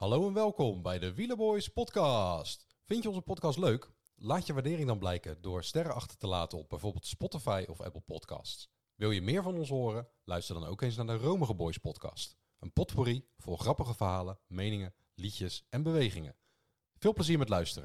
Hallo en welkom bij de Wielerboys podcast. Vind je onze podcast leuk? Laat je waardering dan blijken door sterren achter te laten op bijvoorbeeld Spotify of Apple Podcasts. Wil je meer van ons horen? Luister dan ook eens naar de Romige Boys podcast. Een potpourri vol grappige verhalen, meningen, liedjes en bewegingen. Veel plezier met luisteren.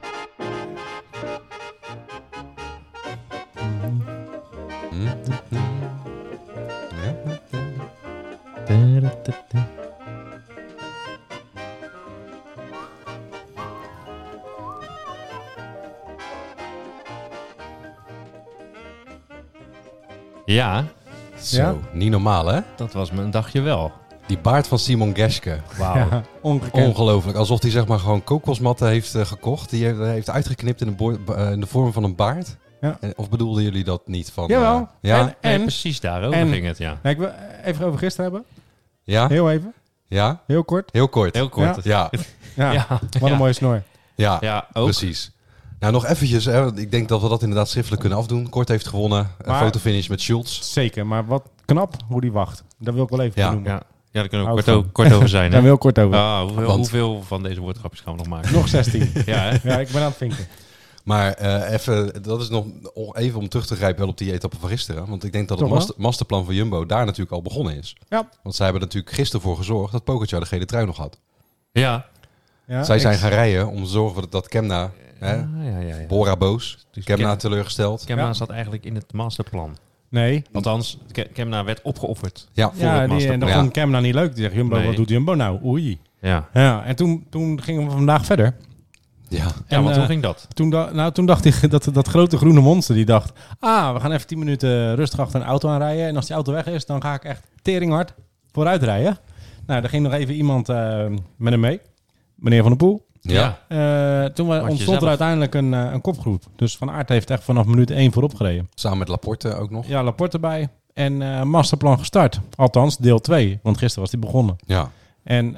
Ja, Zo, Ja? niet normaal hè? dat was me een dagje wel. Die baard van Simon Geschke. Wauw. Ja, ongekend. Ongelooflijk. Alsof hij zeg maar gewoon kokosmatten heeft gekocht. Die heeft uitgeknipt in de vorm van een baard. Ja. Of bedoelden jullie dat niet? Van, Jawel. ja? Nee, En, precies daarover en- ging het, ja. ik wil even over gisteren hebben. Ja? Heel even. Ja? Heel kort. Heel kort. Heel kort. Ja. Ja, Ja, ja, wat een mooie snor. Ja, ja, ook. precies. Nou, nog eventjes. Hè, ik denk dat we dat inderdaad schriftelijk kunnen afdoen. Kort heeft gewonnen. Een Maar- fotofinish met Schultz. Zeker, maar wat knap hoe die wacht. Dat wil ik wel even Ja. benoemen. Ja, daar kunnen we Hou kort, van. kort over zijn. Daar Hè? wil ik kort over. Hoeveel, Want- van deze woordgrapjes gaan we nog maken? Nog 16. Ja, hè? Ja, ik ben aan het vinken. Maar even, dat is nog even om terug te grijpen wel op die etappe van gisteren. Want ik denk dat het Toch wel? masterplan van Jumbo daar natuurlijk al begonnen is. Ja. Want zij hebben natuurlijk gisteren voor gezorgd dat Pogacar de gele trui nog had. Ja. Ja, Zij zijn ik- gaan rijden om te zorgen dat Kemna, hè, Ja. Bora boos, Dus Kemna teleurgesteld. Kemna Ja. zat eigenlijk in het masterplan. Nee. Althans, Kemna werd opgeofferd. Ja, Voor het Ja, en masterplan. dat Ja. vond Kemna niet leuk. Die zegt, Jumbo, Nee. wat doet Jumbo nou? Oei. Ja, Ja, en toen gingen we vandaag verder. ja. En, want hoe ging dat? Toen dacht hij dat grote groene monster, die dacht... we gaan even 10 minuten rustig achter een auto aanrijden. En als die auto weg is, dan ga ik echt teringhard vooruit rijden. Nou, er ging nog even iemand met hem mee. Meneer Van der Poel. Ja. Toen je ontstond zelf. er uiteindelijk een kopgroep. Dus Van Aert heeft echt vanaf minuut 1 voorop gereden. Samen met Laporte ook nog. Ja, Laporte erbij. En masterplan gestart. Althans, deel 2. Want gisteren was die begonnen. Ja. En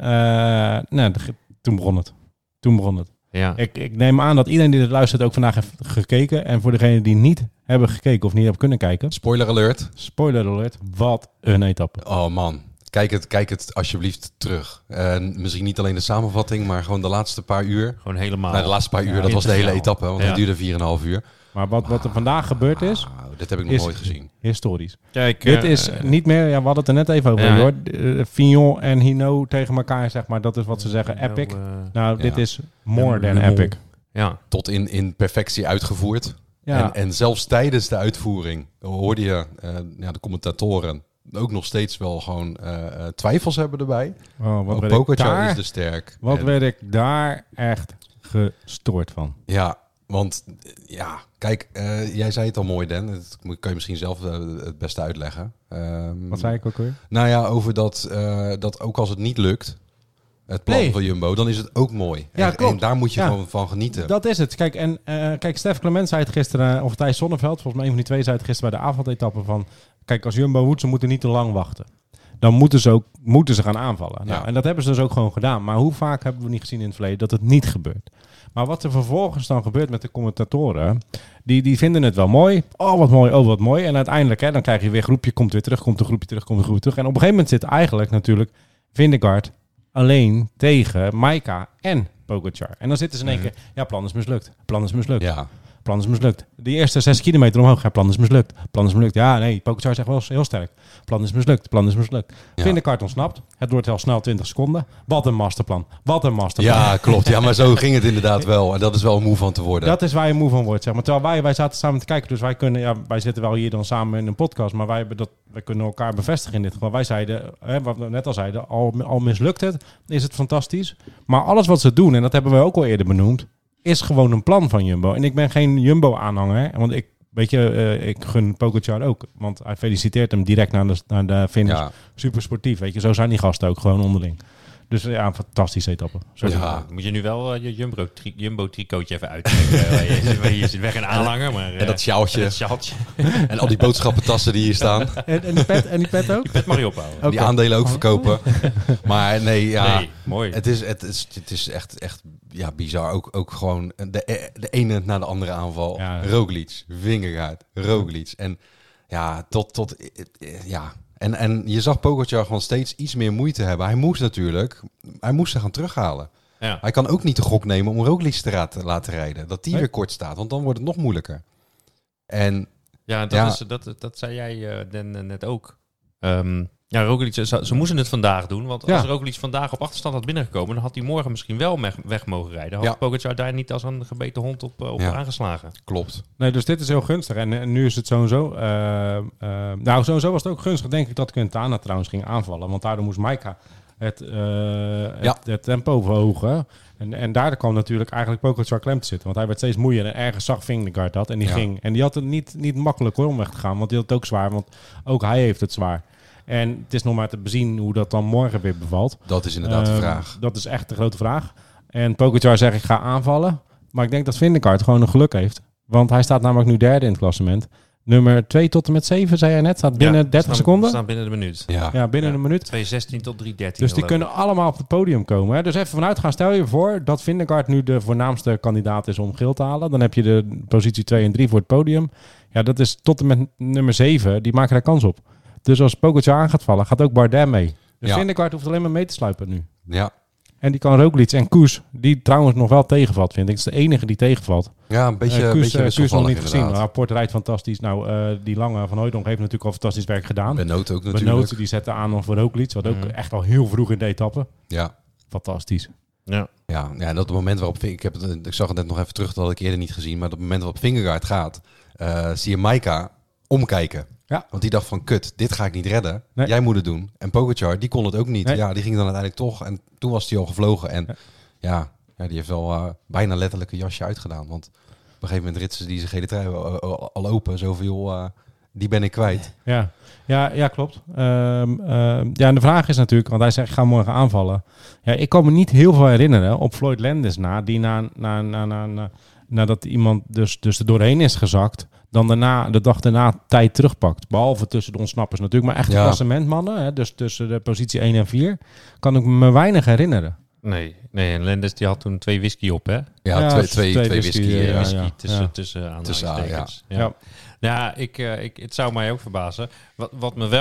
toen begon het. Ja. Ik neem aan dat iedereen die dit luistert ook vandaag heeft gekeken. En voor degenen die niet hebben gekeken of niet hebben kunnen kijken. Spoiler alert. Spoiler alert. Wat een etappe. Oh man. Kijk het alsjeblieft terug. En misschien niet alleen de samenvatting, maar gewoon de laatste paar uur. Gewoon helemaal. Nou, de laatste paar uur, Ja, dat was de hele integraal. etappe. Want Ja. het duurde 4,5 uur. Maar wat er vandaag gebeurd is, Dit heb ik nog is nooit gezien. historisch. Kijk, Dit is niet meer, we hadden het er net even over, Ja. hoor. Fignon en Hinault tegen elkaar, zeg maar. Dat is wat ze zeggen, epic. Nou, dit ja. is more than Le epic. Ja. Tot in perfectie uitgevoerd. Ja, En zelfs tijdens de uitvoering hoorde je de commentatoren ook nog steeds wel gewoon twijfels hebben erbij. oh, wat Oh, werd ik Pogacar daar, is de sterk. wat En- werd ik daar echt gestoord van. Ja, want kijk, jij zei het al mooi, Dan. Dat kan je misschien zelf het beste uitleggen. Wat zei ik ook weer? Nou ja, over dat ook als het niet lukt, het plan Nee. van Jumbo, dan is het ook mooi. Ja, en klopt. daar moet je Ja. gewoon van genieten. Dat is het. Kijk, Stef Clement zei het gisteren, of Thijs Sonneveld, volgens mij een van die twee zei het gisteren bij de avondetappe van, kijk, als Jumbo moet, ze moeten niet te lang wachten. Dan moeten ze gaan aanvallen. Nou, Ja. en dat hebben ze dus ook gewoon gedaan. Maar hoe vaak hebben we niet gezien in het verleden dat het niet gebeurt? Maar wat er vervolgens dan gebeurt met de commentatoren, die vinden het wel mooi. Oh, wat mooi, oh, wat mooi. En uiteindelijk, dan krijg je weer groepje, komt weer terug, komt een groepje terug, komt een groepje terug. En op een gegeven moment zit eigenlijk natuurlijk Vingegaard alleen tegen Maika en Pogacar. En dan zitten ze in één keer, ja, plan is mislukt. Plan is mislukt. Ja, Plan is mislukt. Die eerste 6 kilometer omhoog, ja, plan is mislukt. Plan is mislukt. Ja, nee, Pogacar zegt wel heel sterk. Plan is mislukt. Plan is mislukt. Ja. Vingegaard ontsnapt. Het wordt heel snel 20 seconden. Wat een masterplan. Wat een masterplan. ja, klopt. Ja, maar zo ging het inderdaad wel. En dat is wel moe van te worden. Dat is waar je moe van wordt, zeg maar. Terwijl wij zaten samen te kijken, dus wij kunnen, ja, wij zitten wel hier dan samen in een podcast, maar wij kunnen elkaar bevestigen in dit geval. Wij zeiden, wat we net al zeiden, al mislukt het, is het fantastisch. Maar alles wat ze doen, en dat hebben we ook al eerder benoemd, is gewoon een plan van Jumbo. En ik ben geen Jumbo-aanhanger, want ik gun Pogacar ook, want hij feliciteert hem direct naar de finish. Ja, Super sportief, weet je. Zo zijn die gasten ook gewoon onderling. Dus ja, een fantastische etappe. Sorry. Ja. Moet je nu wel je Jumbo-tricootje even uittrekken. Je zit weg een aanhanger, maar... en dat sjaaltje. Het sjaaltje. En al die boodschappentassen die hier staan. En die pet ook? Pet mag je ophouden. Oké. Die aandelen ook verkopen. Maar nee, ja. Nee, mooi. Het is echt bizar. Ook gewoon de ene na de andere aanval. Ja. Roglic, Vingegaard, Roglic. En ja, tot En je zag Pogacar gewoon steeds iets meer moeite hebben. Hij moest ze gaan terughalen. Ja. Hij kan ook niet de gok nemen om Roglic te laten rijden. Dat die weer kort staat, want dan wordt het nog moeilijker. En Ja, dat zei jij net ook. Roglic, ze moesten het vandaag doen. Want als Roglic vandaag op achterstand had binnengekomen, dan had hij morgen misschien wel weg mogen rijden. Had Pogacar daar niet als een gebeten hond op aangeslagen. Klopt. Nee, dus dit is heel gunstig. En nu is het sowieso... sowieso was het ook gunstig, denk ik, dat Quintana trouwens ging aanvallen. Want daardoor moest Maika het tempo verhogen. En daardoor kwam natuurlijk eigenlijk Pogacar klem te zitten. Want hij werd steeds moeier en ergens zag Vingegaard dat. En die ging. En die had het niet makkelijk hoor, om weg te gaan. Want die had het ook zwaar. Want ook hij heeft het zwaar. En het is nog maar te bezien hoe dat dan morgen weer bevalt. Dat is inderdaad de vraag. Dat is echt de grote vraag. En Pogacar zegt, ik ga aanvallen. Maar ik denk dat Vingegaard gewoon een geluk heeft. Want hij staat namelijk nu derde in het klassement. Nummer 2 tot en met 7, zei jij net, staat binnen 30 seconden. Staan binnen de minuut. Ja, binnen een minuut. 2:16 tot 3:13. Dus die kunnen allemaal op het podium komen. Hè? Dus even vanuit gaan, stel je voor dat Vingegaard nu de voornaamste kandidaat is om geel te halen. Dan heb je de positie 2 en 3 voor het podium. Ja, dat is tot en met nummer 7, die maken daar kans op. Dus als Pogacar aan gaat vallen, gaat ook Bardet mee. Dus Vingegaard hoeft alleen maar mee te sluipen nu. Ja. En die kan Roglic en Koes, die trouwens nog wel tegenvalt, vind ik. Het is de enige die tegenvalt. Ja, een beetje Koes nog niet gezien. inderdaad. Laporte rijdt fantastisch. Die Lange van Hooijdonk heeft natuurlijk al fantastisch werk gedaan. Benoot ook natuurlijk. Benoot, die zette aan voor Roglic. Wat ook echt al heel vroeg in de etappe. Ja. Fantastisch. Ja. En dat moment waarop... Ik zag het net nog even terug, dat had ik eerder niet gezien. Maar op het moment waarop Vingegaard gaat, zie je Maika omkijken. Ja. Want die dacht van, kut, dit ga ik niet redden. Nee. Jij moet het doen. En Pogacar, die kon het ook niet. Nee. Ja, die ging dan uiteindelijk toch. En toen was hij al gevlogen. En die heeft wel bijna letterlijk een jasje uitgedaan. Want op een gegeven moment ritsen die zijn gele trui al open. Zoveel, die ben ik kwijt. Ja, klopt. En de vraag is natuurlijk, want hij zegt, ik ga morgen aanvallen. Ja, ik kan me niet heel veel herinneren op Floyd Landis die nadat iemand dus er doorheen is gezakt, dan de dag daarna tijd terugpakt. Behalve tussen de ontsnappers natuurlijk. Maar echt klassementmannen, hè, dus tussen de positie 1 en 4, kan ik me weinig herinneren. Nee, en Lendes die had toen 2 whisky op, hè? Ja, twee whisky tussen aanhalingstekens. Ja, het zou mij ook verbazen. Wat me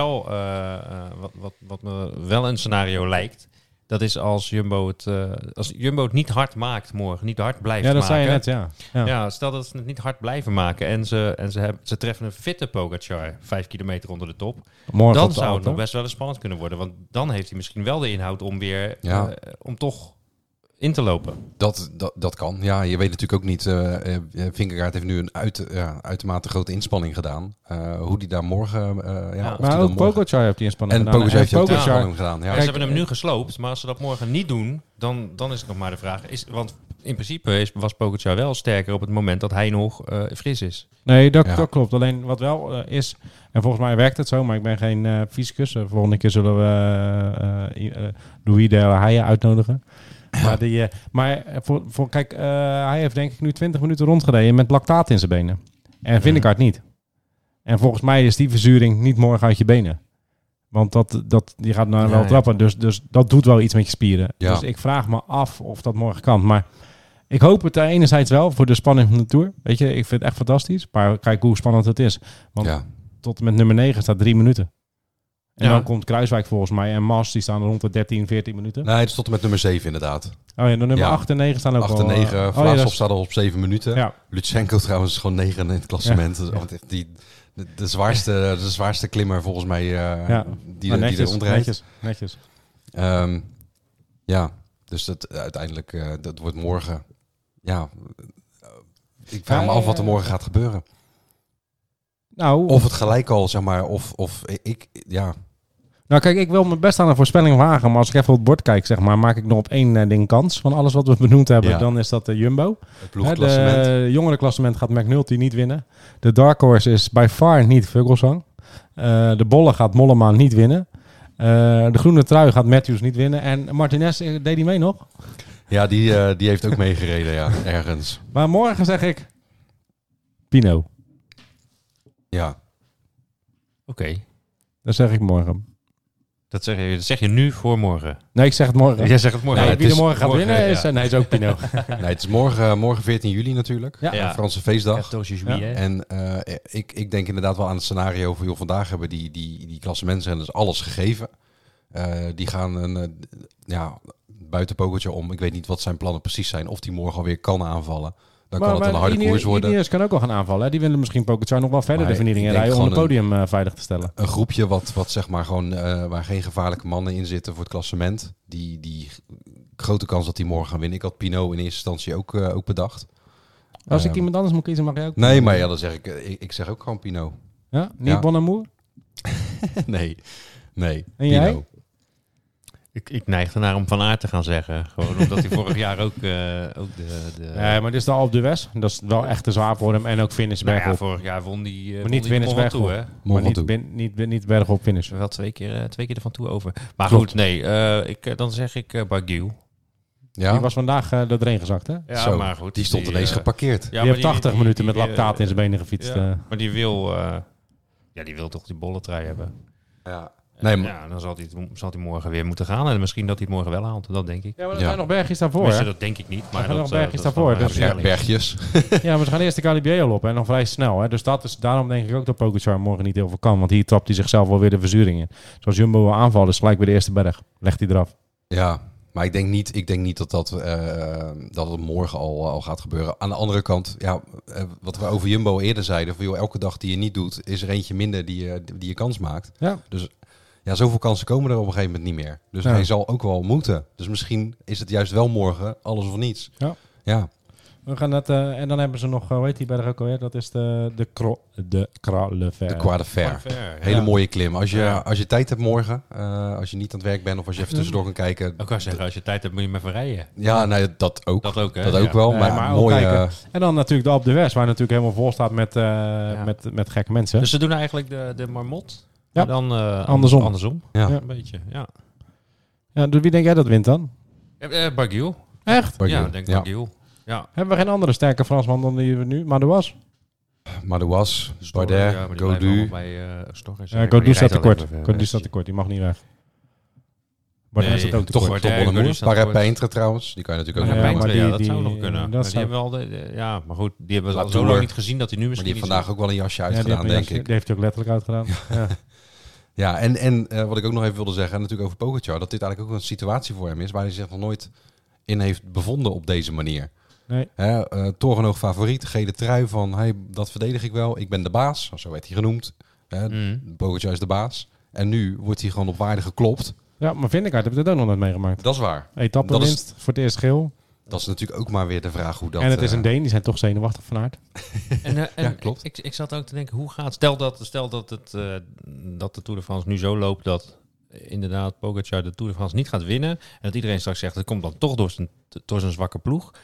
wel een scenario lijkt, dat is als Jumbo het niet hard maakt morgen, niet hard blijft maken. Ja, dat zei je net, Ja, stel dat ze het niet hard blijven maken en ze treffen een fitte Pogacar 5 kilometer onder de top. Morgen dan zou het nog best wel eens spannend kunnen worden. Want dan heeft hij misschien wel de inhoud om weer om toch in te lopen. Dat kan. Ja, je weet natuurlijk ook niet. Vingegaard heeft nu een uitermate grote inspanning gedaan. Hoe die daar morgen... maar ook Pogacar heeft die inspanning gedaan. En Pogacar heeft die inspanning gedaan. Ja. Kijk, ze hebben hem nu gesloopt, maar als ze dat morgen niet doen, dan is het nog maar de vraag. Want in principe was Pogacar wel sterker op het moment dat hij nog fris is. Nee, dat klopt. Alleen wat wel is, en volgens mij werkt het zo, maar ik ben geen fysicus. Volgende keer zullen we Louis de Heijen uitnodigen. Maar kijk, hij heeft denk ik nu 20 minuten rondgereden met lactaat in zijn benen. En Vingegaard niet. En volgens mij is die verzuring niet morgen uit je benen. Want die gaat nou wel trappen. Dus dat doet wel iets met je spieren. Ja. Dus ik vraag me af of dat morgen kan. Maar ik hoop het enerzijds wel voor de spanning van de Tour. Weet je, ik vind het echt fantastisch. Maar kijk hoe spannend het is. Want tot en met nummer 9 staat 3 minuten. En dan komt Kruiswijk volgens mij. En Mas, die staan rond de 13, 14 minuten. Nee, het is tot en met nummer 7 inderdaad. Oh ja, de nummer 8 en 9 staan ook 8 en 9, Vlaashoff staat al op 7 minuten. Ja. Lutsenko trouwens is gewoon 9 in het klassement. Ja. De zwaarste klimmer volgens mij die er onderrijdt. Netjes. Dus uiteindelijk, dat wordt morgen... Ja, ik vraag me af wat er morgen gaat gebeuren. Nou, of het gelijk al, zeg maar, Nou kijk, ik wil me best aan een voorspelling wagen, maar als ik even op het bord kijk, zeg maar, maak ik nog op 1 ding kans van alles wat we benoemd hebben. Dan is dat de Jumbo. Het ploegklassement. De jongerenklassement gaat McNulty niet winnen. De Dark Horse is by far niet Vogelsang. De Bolle gaat Mollema niet winnen. De groene trui gaat Matthews niet winnen. En Martinez, deed hij mee nog? Ja, die heeft ook meegereden, ergens. Maar morgen zeg ik Pino. Ja. Oké. Dat zeg ik morgen. Dat zeg je nu voor morgen. Nee, ik zeg het morgen. Jij zegt het morgen. Nee, het wie er is morgen gaat morgen, winnen ja. is... Nee, is ook Pino. Nee, het is morgen 14 juli natuurlijk. Ja. Ja. Franse feestdag. 14 juillet. En ik denk inderdaad wel aan het scenario van... joh, vandaag hebben die klassementsrenners alles gegeven. Die gaan buiten Pogačar om. Ik weet niet wat zijn plannen precies zijn. Of die morgen alweer kan aanvallen. Dan kan het een harde koers worden. Ineos kan ook wel gaan aanvallen. Hè? Die willen misschien Pogačar nog wel verder Maar de vernieling ik rijden denk om het gewoon podium veilig te stellen. Een groepje wat zeg maar gewoon... waar geen gevaarlijke mannen in zitten voor het klassement. Die grote kans dat die morgen gaan winnen. Ik had Pinot in eerste instantie ook bedacht. Als ik iemand anders moet kiezen, mag jij ook. Nee, maar ja, dan zeg ik zeg ook gewoon Pinot. Ja? Niet Ja. Bonamour? Nee, En Pinot. jij? Ik neig ernaar om Van Aert te gaan zeggen. Gewoon omdat hij vorig jaar ook de... Nee, maar dit is de Alpe d'Huez. Dat is wel echt te zwaar voor hem. En ook finish Nou ja, bergop. vorig jaar won die... Maar niet finish bergop. hè? Maar Mont Ventoux. niet bergop finish. Wel twee keer ervan toe over. Maar Klopt. goed, nee. Dan zeg ik Barguil. Ja, Die was vandaag door erin gezakt, hè? Ja, Zo, maar goed. die stond ineens geparkeerd. Ja, die maar heeft 80 minuten met lactaat in zijn benen gefietst. Ja, maar die wil... die wil toch die bolletrui hebben. Ja. Nee, maar Ja, dan zal hij morgen weer moeten gaan. En misschien dat hij het morgen wel haalt. Dat denk ik. Ja, maar er Ja. zijn nog bergjes daarvoor, Tenminste, hè? dat denk ik niet. Er Maar zijn dat, nog bergjes dat is daarvoor, dan dus waarschijnlijk. bergjes. Ja, maar ze gaan eerst de Calibier op en nog vrij snel. Hè? Dus dat is, daarom denk ik ook dat Pogačar morgen niet heel veel kan. Want hier trapt hij zichzelf wel weer de verzuring in. Zoals Jumbo wil aanvallen, is gelijk weer de eerste berg. Legt hij eraf. Ja, maar ik denk niet dat het morgen al gaat gebeuren. Aan de andere kant, ja, wat we over Jumbo eerder zeiden, van joh, elke dag die je niet doet, is er eentje minder die je kans maakt. Ja. Dus ja, zoveel kansen komen er op een gegeven moment niet meer. Dus Ja. hij zal ook wel moeten. Dus misschien is het juist wel morgen alles of niets. Ja. Ja. We gaan het, en dan hebben ze nog, hoe heet die berg ook alweer? Dat is de Croix-de-Fer. De Croix de Fer. Hele mooie klim. Als je tijd hebt morgen, als je niet aan het werk bent of als je even tussendoor kan kijken. Ik kan zeggen, als je tijd hebt, moet je maar even rijden. Ja, nee, dat ook. Dat ook, hè? Dat ook Ja. wel. Nee, Maar, maar ook mooi. kijken. En dan natuurlijk de Alpe d'Huez, waar natuurlijk helemaal vol staat met gekke mensen. Dus ze doen eigenlijk de marmot. Ja. Maar dan Andersom. andersom. Ja. Een beetje, ja. Ja, dus wie denk jij dat wint dan? Barguil. Echt? Barguil. Ja, ik denk Ja. Barguil. Ja. Hebben we geen andere sterke Fransman dan die we nu? Maar er was. Madouas, Storre, Bardet, ja, maar die blijven Gaudu. allemaal bij Storre. Ja, Gaudu staat tekort. Gaudu staat tekort, die mag niet weg. Bardet staat ook Toch tekort. Bardet, Bonamour. Gaudu staat Parijs tekort. Peintre trouwens. Die kan je natuurlijk ook Ja, nog maar nemen. die- dat zou nog kunnen. dat Maar die zou- hebben wel ja, maar goed, die hebben we al zo Latour. lang niet gezien dat hij nu Maar misschien die heeft vandaag ook wel een jasje Ja, die, uitgedaan, heeft, denk ik. die heeft hij ook letterlijk uitgedaan. Ja. Ja, en wat ik ook nog even wilde zeggen, natuurlijk over Pogačar, dat dit eigenlijk ook een situatie voor hem is waar hij zich nog nooit in heeft bevonden op deze manier. Nee. Torenhoog favoriet, gele trui van, hey, dat verdedig ik wel, ik ben de baas, zo werd hij genoemd. Pogačar is de baas. En nu wordt hij gewoon op waarde geklopt. Ja, maar Vingegaard heb ik dat ook nog nooit meegemaakt. Dat is waar. Etappewinst voor het eerst geel. Dat is natuurlijk ook maar weer de vraag hoe dat... En het is een Deen, die zijn toch zenuwachtig van aard. En Ja, klopt. Ik zat ook te denken, hoe gaat... Stel dat de Tour de France nu zo loopt dat inderdaad Pogačar de Tour de France niet gaat winnen. En dat iedereen straks zegt, dat komt dan toch door zijn zwakke ploeg.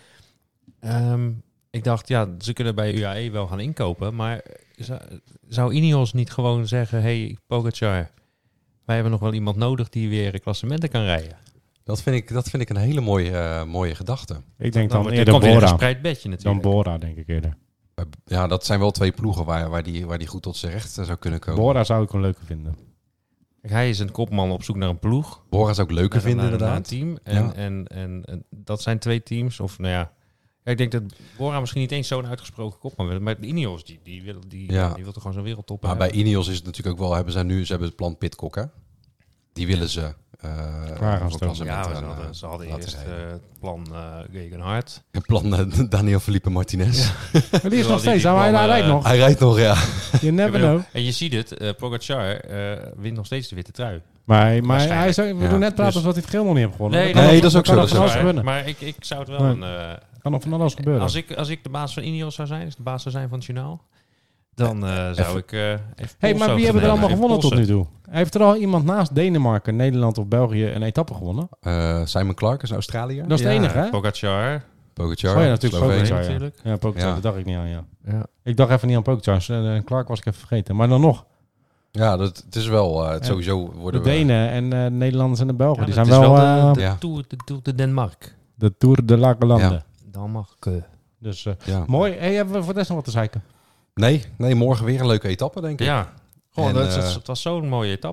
Ik dacht, ja, ze kunnen bij UAE wel gaan inkopen. Maar zou Ineos niet gewoon zeggen, hey Pogačar, wij hebben nog wel iemand nodig die weer klassementen kan rijden. Dat vind ik een hele mooie gedachte. Ik denk Dan dan komt eerder weer een Bora. gespreid bedje Dan natuurlijk. Bora, denk ik eerder. Ja, dat zijn wel twee ploegen waar die goed tot zijn recht zou kunnen komen. Bora zou ik wel leuker vinden. Kijk, hij is een kopman op zoek naar een ploeg. Bora zou ik leuker vinden, Naar inderdaad. een team. Ja. En dat zijn twee teams. Of nou ja. Ja, ik denk dat Bora misschien niet eens zo'n uitgesproken kopman wil. Maar Ineos, die wil toch gewoon zo'n wereldtop Maar hebben. bij Ineos is het natuurlijk ook wel, ze hebben het plan Pidcock, hè? Die willen ze Klaar gaan voor stomen. klassement Ja, ze hadden laten eerst rijden. het plan Gegenhard. Het plan Daniel Felipe Martinez. Maar die is Terwijl nog steeds, die hij plannen, rijdt nog. Hij rijdt nog, ja. You never know. En je ziet het, Pogačar wint nog steeds de witte trui. Maar hij Waarschijnlijk. we Ja. doen net praten Dus- alsof hij het geel nog niet heeft gewonnen. Nee, kan nee, nog- dat is ook kan zo, nog dat van is alles waar. gebeuren. Maar ik zou het wel Nee. een... Kan nog van alles gebeuren. Als ik de baas van Ineos zou zijn, dus de baas zou zijn van het journaal, dan zou ik even Hey, maar wie hebben er allemaal gewonnen tot nu toe? toe? Heeft er al iemand naast Denemarken, Nederland of België een etappe gewonnen? Simon Clark is een Australiër. Dat is de enige, hè? Pogačar. Pogačar. Oh ja, natuurlijk Slovenië. Pogačar, ja. natuurlijk. Ja, Pogačar, Ja. dat dacht ik niet aan, ja. Ja. Ik dacht even niet aan Pogačar. Clark was ik even vergeten. Maar dan nog, Ja, het is wel... sowieso de worden we... Denen en de Nederlanders en de Belgen, die dat zijn is wel de Ja. Tour de Denmark. de Tour de la Landen. Denmark. Dus Ja. mooi. Hey, hebben we voor des nog wat te zeiken? Nee, morgen weer een leuke etappe, denk ik. Ja. Gewoon, En, het was zo'n mooie etappe.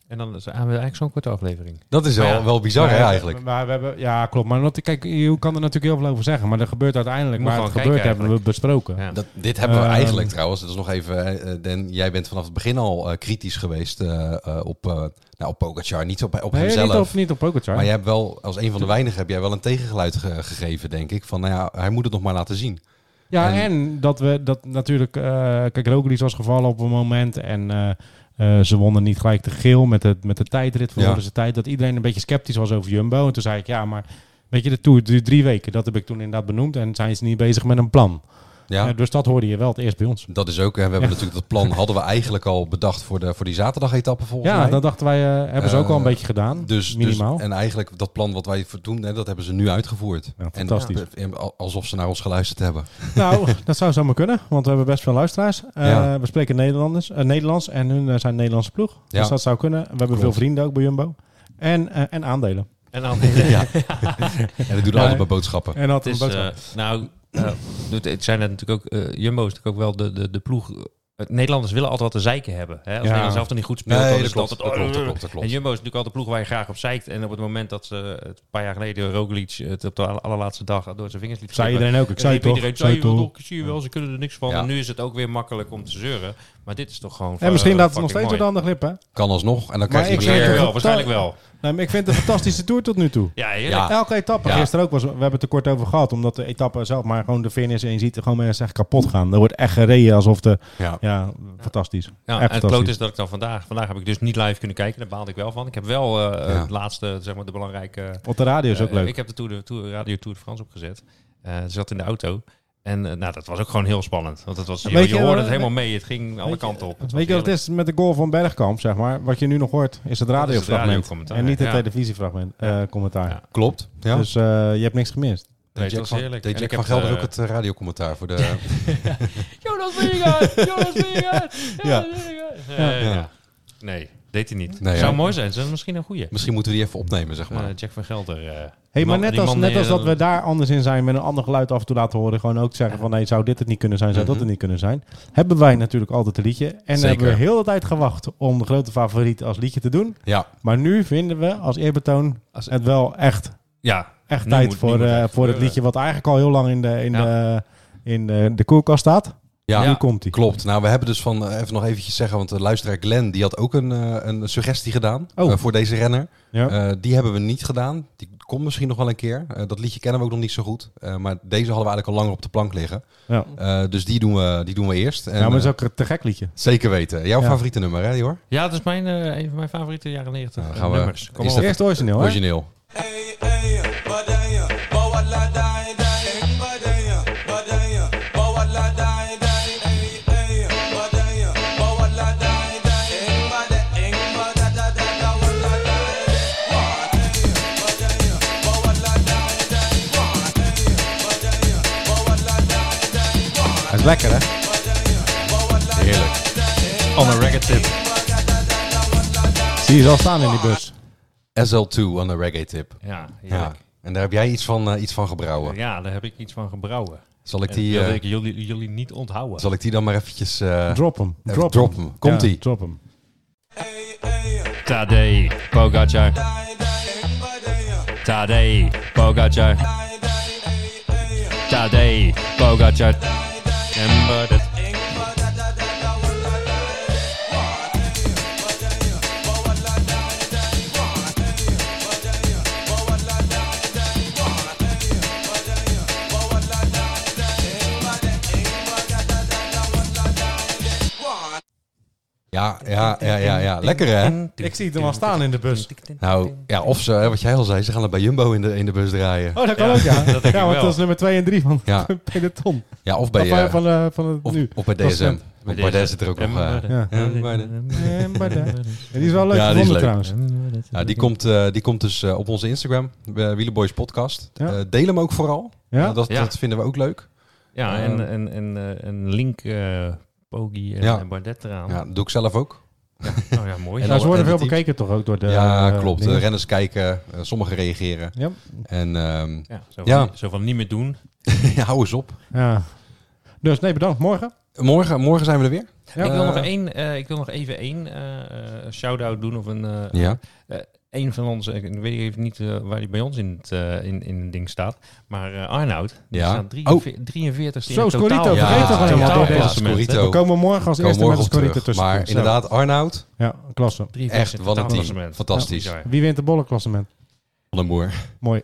En dan hebben we eigenlijk zo'n korte aflevering. Dat is wel bizar, hè, eigenlijk. Maar we hebben, ja, klopt. Maar kijk, je kan er natuurlijk heel veel over zeggen. Maar er gebeurt uiteindelijk. Moet Maar het gewoon gebeurt kijken, hebben we besproken. Ja. Dit hebben we eigenlijk trouwens. Dat is nog even. Den, jij bent vanaf het begin al kritisch geweest op Pogacar. Niet op hemzelf. Niet op Pogacar. Maar jij hebt wel, als een van de weinigen, heb jij wel een tegengeluid gegeven, denk ik. Van, nou ja, hij moet het nog maar laten zien. Ja, en dat we dat natuurlijk... kijk, Roglic was gevallen op een moment. En ze wonnen niet gelijk de geel met de tijdrit. Verloren ze tijd. Dat iedereen een beetje sceptisch was over Jumbo. En toen zei ik, ja, maar weet je, de Tour duurt 3 weken. Dat heb ik toen inderdaad benoemd. En zijn ze niet bezig met een plan. Ja. Dus dat hoorde je wel het eerst bij ons. Dat is ook. We hebben natuurlijk dat plan hadden we eigenlijk al bedacht voor die zaterdag-etappe volgens mij. Ja, dat dachten wij, hebben ze ook al een beetje gedaan. Minimaal. En eigenlijk dat plan wat wij doen, dat hebben ze nu uitgevoerd. Ja, fantastisch. En alsof ze naar ons geluisterd hebben. Nou, dat zou zomaar kunnen, want we hebben best veel luisteraars. We spreken Nederlands en hun zijn Nederlandse ploeg. Ja. Dus dat zou kunnen. We hebben veel vrienden ook bij Jumbo. En aandelen. En aandelen. Ja. En dat doen altijd bij boodschappen. En Het is, het zijn natuurlijk ook, Jumbo is natuurlijk ook wel de ploeg. Nederlanders willen altijd wat te zeiken hebben. Hè? Als Nederland zelf dan niet goed speelt, dan is het altijd... Dat klopt. En Jumbo is natuurlijk altijd de ploeg waar je graag op zeikt. En op het moment dat ze een paar jaar geleden Roglic het op de allerlaatste dag door zijn vingers liet zei slippen. iedereen ook. Ik zei toch. Zie je wel, ze kunnen er niks van. Ja. En nu is het ook weer makkelijk om te zeuren. Maar dit is toch gewoon... En misschien laten ze nog steeds wat aan de glip, hè? Kan alsnog. En dan krijg je Waarschijnlijk wel. Nee, maar ik vind het een fantastische tour tot nu toe. Ja, heerlijk. Elke etappe. Ja. Gisteren ook we hebben het er kort over gehad. Omdat de etappe zelf maar gewoon de finish en je ziet er gewoon mensen echt kapot gaan. Er wordt echt gereden alsof de... Ja, fantastisch. Ja, en het kloot is dat ik dan vandaag heb ik dus niet live kunnen kijken. Daar baalde ik wel van. Ik heb wel het laatste, zeg maar de belangrijke... Op de radio is ook leuk. Ik heb de Radio Tour de France opgezet. Zat in de auto. En dat was ook gewoon heel spannend. Want het was, je hoorde het helemaal mee. Het ging alle kanten op. Weet je wat het is met de goal van Bergkamp, zeg maar? Wat je nu nog hoort, is het radiofragment. En niet het televisiefragment, commentaar. Ja. Klopt. Ja. Dus je hebt niks gemist. Nee, het was heerlijk. Deed Jack van Gelder ook het radiocommentaar voor de... Jonas Vingegaard! Ja. Nee, deed hij niet. Nee, zou mooi zijn. Dat is misschien een goeie. Misschien moeten we die even opnemen, zeg maar. Jack van Gelder. Maar net als dat we daar anders in zijn, met een ander geluid af en toe laten horen, gewoon ook zeggen van nee, zou dit het niet kunnen zijn, zou dat het niet kunnen zijn. Hebben wij natuurlijk altijd een liedje. En hebben we heel de tijd gewacht om de grote favoriet als liedje te doen. Ja. Maar nu vinden we als eerbetoon het wel echt tijd voor het liedje wat eigenlijk al heel lang in de koelkast staat. Ja, nu komt hij. Klopt. Nou, we hebben dus even nog eventjes zeggen, want de luisteraar Glenn, die had ook een suggestie gedaan voor deze renner. Ja. Die hebben we niet gedaan. Die komt misschien nog wel een keer. Dat liedje kennen we ook nog niet zo goed. Maar deze hadden we eigenlijk al langer op de plank liggen. Ja. Dus die doen we eerst. En, maar het is ook een te gek liedje. Zeker weten. Jouw favoriete nummer, hè, Jor? Ja, dat is een van mijn favoriete jaren 90 gaan we nummers. Eerst origineel, hè? Origineel. Hij is lekker, hè? Heerlijk. On a reggae tip. Zie je ze al staan in die bus. SL2 on a reggae tip. Ja, heerlijk. Ja. En daar heb jij iets van gebrouwen. Ja, daar heb ik iets van gebrouwen. Zal ik die... wil ik jullie niet onthouden. Zal ik die dan maar eventjes... Drop hem. Komt-ie. Drop hem. Tadej Pogacar. Tadej Pogacar. Tadej Pogacar. Ja. Lekker, hè? Ik zie het hem al staan in de bus. Nou, ja, of ze, wat jij al zei, ze gaan het bij Jumbo in de bus draaien. Oh, dat kan ook, ja. Dat denk ik want wel. dat is nummer 2 en 3 van peloton. Ja, of bij... van het nu. Of bij DSM. Want bij DSM zit er ook nog... En die is wel leuk Ja, die is gevonden leuk. trouwens. Ja, die komt dus op onze Instagram, Wielerboys Podcast. Ja. Deel hem ook vooral. Ja? Dat vinden we ook leuk. Ja, en een link Poggi en Bardet eraan. Ja, dat doe ik zelf ook. Oh ja, mooi. En ze worden veel bekeken toch ook door de... Ja, klopt. Renners kijken, sommigen reageren. Ja. En zo van niet meer doen. hou eens op. Ja. Dus nee, bedankt. Morgen? Morgen zijn we er weer. Ja. Ik wil nog even één shout-out doen. Of een van onze, ik weet even niet waar die bij ons in het ding staat. Maar Arnoud, die staat 43 Zo, Scorito, vergeet toch helemaal. We komen morgen als eerste met de Scorito tussen. Maar inderdaad, Arnoud. Ja, klasse. Echt, wat een team. Fantastisch. Ja. Wie wint de bollenklassement? Van der Moer. Mooi.